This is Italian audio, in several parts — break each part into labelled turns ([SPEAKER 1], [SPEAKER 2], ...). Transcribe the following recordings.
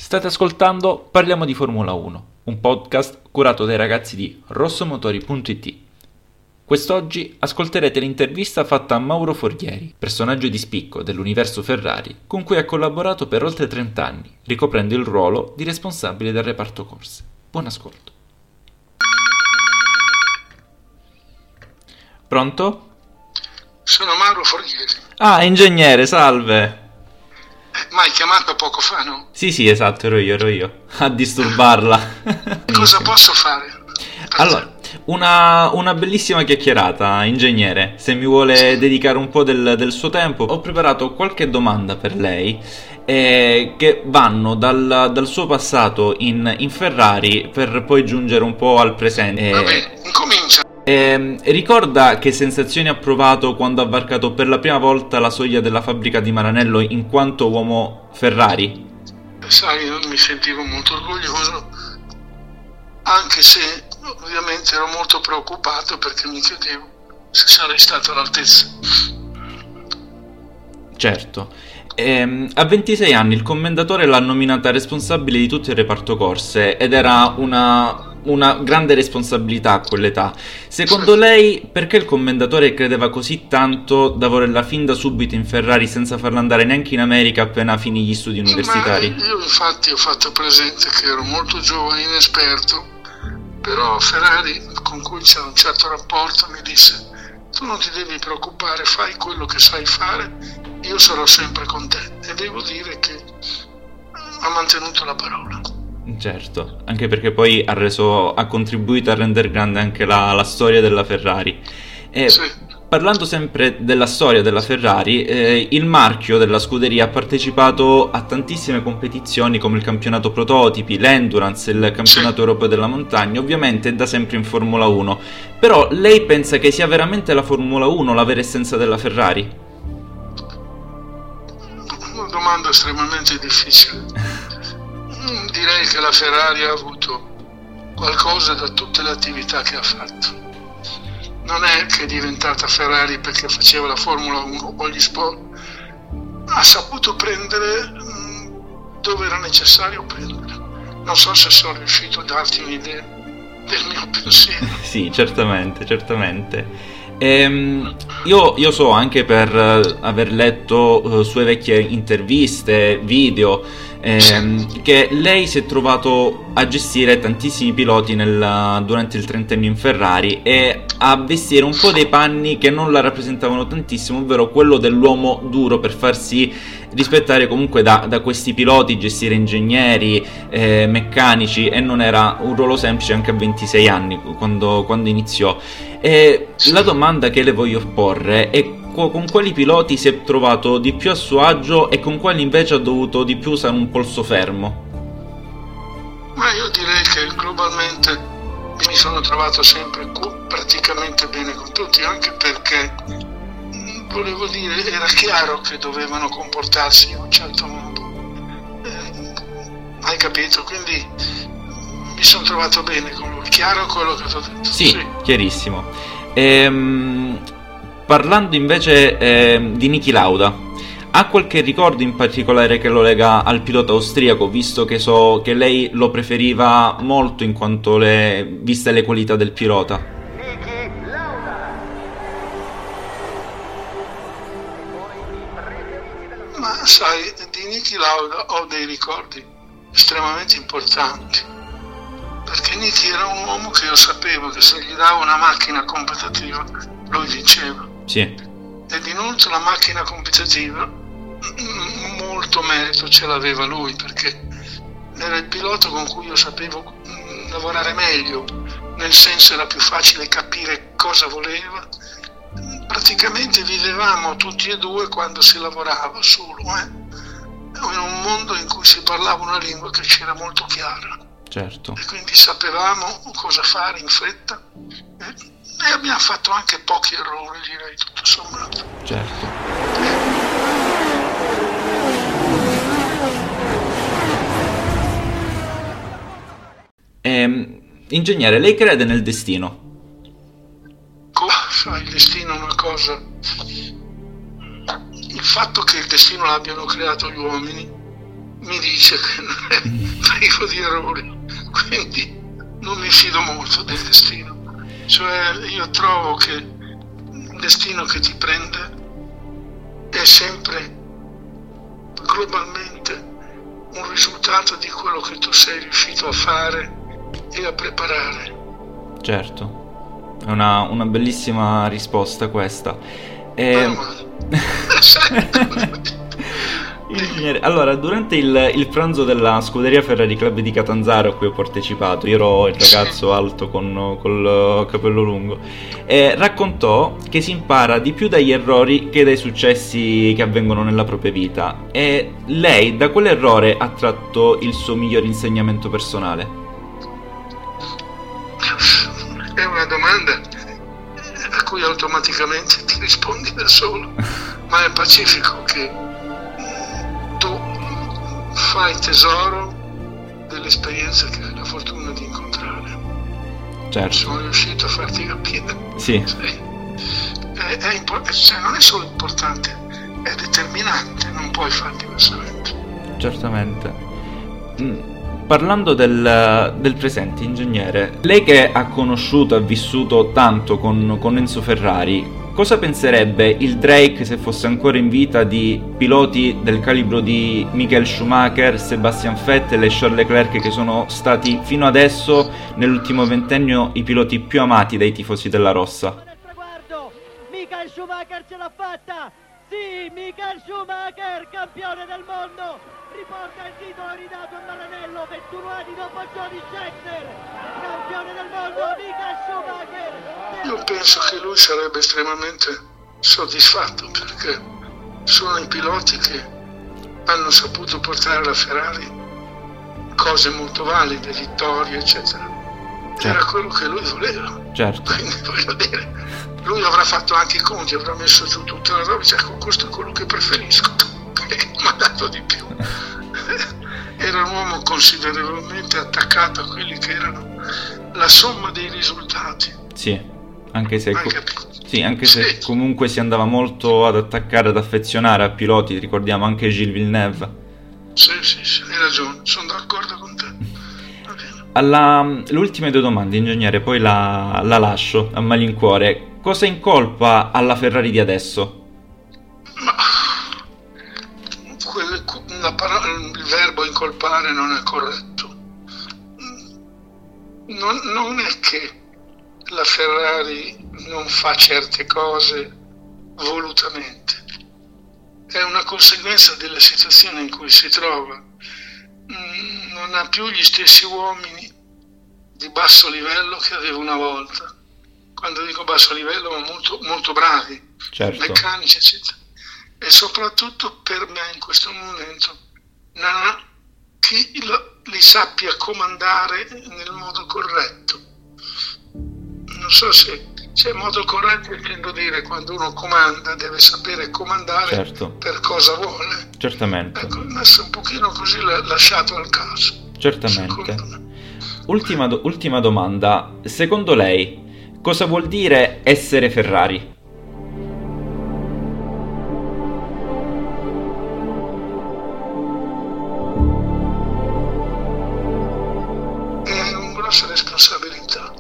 [SPEAKER 1] State ascoltando Parliamo di Formula 1, un podcast curato dai ragazzi di rossomotori.it. Quest'oggi ascolterete l'intervista fatta a Mauro Forghieri, personaggio di spicco dell'universo Ferrari, con cui ha collaborato per oltre 30 anni, ricoprendo il ruolo di responsabile del reparto corse. Buon ascolto. Pronto?
[SPEAKER 2] Sono Mauro Forghieri.
[SPEAKER 1] Ah, ingegnere, salve!
[SPEAKER 2] Ma hai chiamato poco fa, no?
[SPEAKER 1] Sì, esatto, ero io, a disturbarla.
[SPEAKER 2] Cosa posso fare?
[SPEAKER 1] Allora, una bellissima chiacchierata, ingegnere. Se mi vuole dedicare un po' del suo tempo, ho preparato qualche domanda per lei che vanno dal suo passato in Ferrari per poi giungere un po' al presente.
[SPEAKER 2] Va bene, incomincia.
[SPEAKER 1] Ricorda che sensazioni ha provato quando ha varcato per la prima volta la soglia della fabbrica di Maranello in quanto uomo Ferrari?
[SPEAKER 2] Sai, io mi sentivo molto orgoglioso, anche se ovviamente ero molto preoccupato perché mi chiedevo se sarei stato all'altezza.
[SPEAKER 1] Certo. A 26 anni il commendatore l'ha nominata responsabile di tutto il reparto corse ed era una grande responsabilità a quell'età. Secondo lei, perché il commendatore credeva così tanto da volerla fin da subito in Ferrari senza farla andare neanche in America appena finì gli studi universitari?
[SPEAKER 2] Ma io infatti ho fatto presente che ero molto giovane, inesperto, però Ferrari, con cui c'era un certo rapporto, mi disse: tu non ti devi preoccupare, fai quello che sai fare, io sarò sempre con te. E devo dire che ha mantenuto la parola.
[SPEAKER 1] Certo, anche perché poi ha contribuito a rendere grande anche la storia della Ferrari.
[SPEAKER 2] Sì.
[SPEAKER 1] Parlando sempre della storia della Ferrari, il marchio della scuderia ha partecipato a tantissime competizioni come il campionato prototipi, l'endurance, il campionato europeo della montagna, ovviamente è da sempre in Formula 1. Però lei pensa che sia veramente la Formula 1 la vera essenza della Ferrari?
[SPEAKER 2] Una domanda estremamente difficile. Direi che la Ferrari ha avuto qualcosa da tutte le attività che ha fatto. Non è che è diventata Ferrari perché faceva la Formula 1 o gli sport. Ha saputo prendere dove era necessario prendere. Non so se sono riuscito a darti un'idea del mio pensiero.
[SPEAKER 1] Sì, certamente. Io so, anche per aver letto sue vecchie interviste, video, che lei si è trovato a gestire tantissimi piloti durante il trentennio in Ferrari e a vestire un po' dei panni che non la rappresentavano tantissimo, ovvero quello dell'uomo duro, per farsi rispettare comunque da questi piloti, gestire ingegneri, meccanici, e non era un ruolo semplice anche a 26 anni quando iniziò. La domanda che le voglio porre è: con quali piloti si è trovato di più a suo agio e con quali invece ha dovuto di più usare un polso fermo?
[SPEAKER 2] Ma io direi che globalmente mi sono trovato sempre praticamente bene con tutti, anche perché volevo dire, era chiaro che dovevano comportarsi in un certo modo. Hai capito? Quindi mi sono trovato bene con lui. Chiaro quello che ti ho detto?
[SPEAKER 1] Sì, chiarissimo. Parlando invece di Niki Lauda, ha qualche ricordo in particolare che lo lega al pilota austriaco, visto che so che lei lo preferiva molto in quanto viste le qualità del pilota?
[SPEAKER 3] Niki Lauda.
[SPEAKER 2] Ma sai, di Niki Lauda ho dei ricordi estremamente importanti, perché Niki era un uomo che io sapevo che se gli davo una macchina competitiva lui vinceva.
[SPEAKER 1] Sì.
[SPEAKER 2] Ed inoltre la macchina competitiva molto merito ce l'aveva lui, perché era il pilota con cui io sapevo lavorare meglio, nel senso era più facile capire cosa voleva. Praticamente vivevamo tutti e due quando si lavorava solo, in un mondo in cui si parlava una lingua che ci era molto chiara.
[SPEAKER 1] Certo.
[SPEAKER 2] E quindi sapevamo cosa fare in fretta e abbiamo fatto anche pochi errori, direi, tutto sommato.
[SPEAKER 1] Certo. Ingegnere, lei crede nel destino?
[SPEAKER 2] Sai, il destino è una cosa. Il fatto che il destino l'abbiano creato gli uomini mi dice dice che non è privo di errori, quindi non mi fido molto del destino. Cioè io trovo che il destino che ti prende è sempre globalmente un risultato di quello che tu sei riuscito a fare e a preparare.
[SPEAKER 1] Certo, è una bellissima risposta questa. Ingegnere, allora, durante il pranzo della Scuderia Ferrari Club di Catanzaro a cui ho partecipato, io ero il ragazzo alto col capello lungo, raccontò che si impara di più dagli errori che dai successi che avvengono nella propria vita. E lei da quell'errore ha tratto il suo miglior insegnamento personale?
[SPEAKER 2] È una domanda a cui automaticamente ti rispondi da solo, ma è pacifico che tu fai tesoro delle esperienze che hai la fortuna di incontrare.
[SPEAKER 1] Certo.
[SPEAKER 2] Sono riuscito a farti capire.
[SPEAKER 1] Sì.
[SPEAKER 2] Non è solo importante, è determinante, non puoi fare diversamente.
[SPEAKER 1] Certamente. Parlando del presente, ingegnere, lei che ha conosciuto e ha vissuto tanto con Enzo Ferrari, cosa penserebbe il Drake se fosse ancora in vita di piloti del calibro di Michael Schumacher, Sebastian Vettel e Charles Leclerc, che sono stati fino adesso, nell'ultimo ventennio, i piloti più amati dai tifosi della rossa?
[SPEAKER 4] Michael Schumacher ce l'ha fatta! Sì, Michael Schumacher, campione del mondo! Riporta il titolo ridato a Maranello 21 anni dopo Jody Scheckter! Campione del mondo, Michael Schumacher!
[SPEAKER 2] Io penso che lui sarebbe estremamente soddisfatto, perché sono i piloti che hanno saputo portare alla Ferrari cose molto valide, vittorie, eccetera. Certo. Era quello che lui voleva.
[SPEAKER 1] Certo.
[SPEAKER 2] Quindi voglio dire, lui avrà fatto anche i conti, avrà messo giù tutta la roba, ecco, questo è quello che preferisco, mi ha dato di più. Era un uomo considerevolmente attaccato a quelli che erano la somma dei risultati.
[SPEAKER 1] Sì, anche se comunque si andava molto ad attaccare, ad affezionare a piloti, ricordiamo anche Gilles Villeneuve.
[SPEAKER 2] Sì, hai ragione, sono d'accordo con te.
[SPEAKER 1] Le ultime due domande, ingegnere, poi la lascio a malincuore. Cosa incolpa alla Ferrari di adesso?
[SPEAKER 2] Ma il verbo incolpare non è corretto. Non è che la Ferrari non fa certe cose volutamente, è una conseguenza della situazione in cui si trova. Non ha più gli stessi uomini di basso livello che aveva una volta. Quando dico basso livello, ma molto, molto bravi, certo, meccanici, eccetera. E soprattutto per me in questo momento non ha chi li sappia comandare nel modo corretto. Non so se modo corretto intendo dire, quando uno comanda deve sapere comandare, certo, per cosa vuole.
[SPEAKER 1] Certamente.
[SPEAKER 2] Ecco, adesso un pochino così lasciato al caso.
[SPEAKER 1] Certamente. Ultima domanda. Secondo lei, cosa vuol dire essere Ferrari?
[SPEAKER 2] È una grossa responsabilità,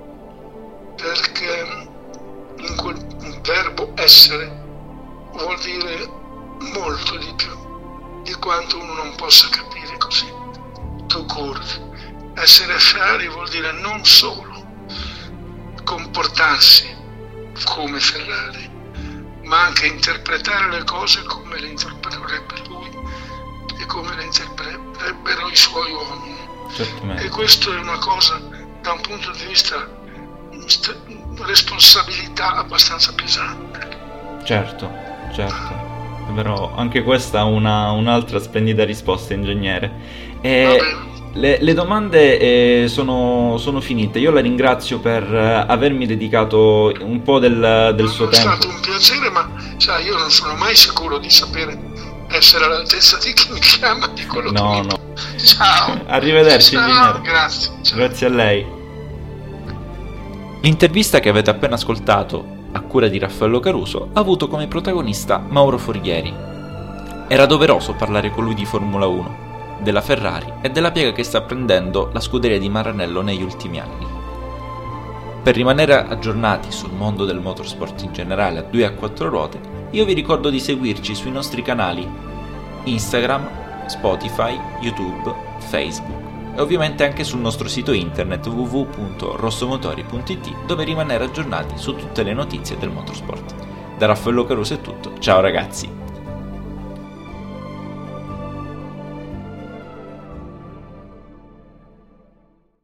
[SPEAKER 2] perché in quel verbo essere vuol dire molto di più di quanto uno non possa capire così. Tu corri. Essere Ferrari vuol dire non solo comportarsi come Ferrari, ma anche interpretare le cose come le interpreterebbe lui e come le interpreterebbero i suoi uomini.
[SPEAKER 1] Certamente.
[SPEAKER 2] E questo è una cosa, da un punto di vista responsabilità, abbastanza pesante.
[SPEAKER 1] Certo. Però anche questa è un'altra splendida risposta, ingegnere. Le domande sono finite. Io la ringrazio per avermi dedicato un po' del suo tempo.
[SPEAKER 2] È stato un piacere, ma sai, io non sono mai sicuro di sapere essere all'altezza di chi mi chiama, di quello che mi... Ciao.
[SPEAKER 1] Arrivederci, ingegnere.
[SPEAKER 2] Grazie. Ciao.
[SPEAKER 1] Grazie a lei. L'intervista che avete appena ascoltato, a cura di Raffaello Caruso, ha avuto come protagonista Mauro Forghieri. Era doveroso parlare con lui di Formula 1. della Ferrari e della piega che sta prendendo la scuderia di Maranello negli ultimi anni. Per rimanere aggiornati sul mondo del motorsport in generale a 2 e a 4 ruote, io vi ricordo di seguirci sui nostri canali Instagram, Spotify, YouTube, Facebook e ovviamente anche sul nostro sito internet www.rossomotori.it, dove rimanere aggiornati su tutte le notizie del motorsport. Da Raffaello Caruso è tutto, ciao ragazzi!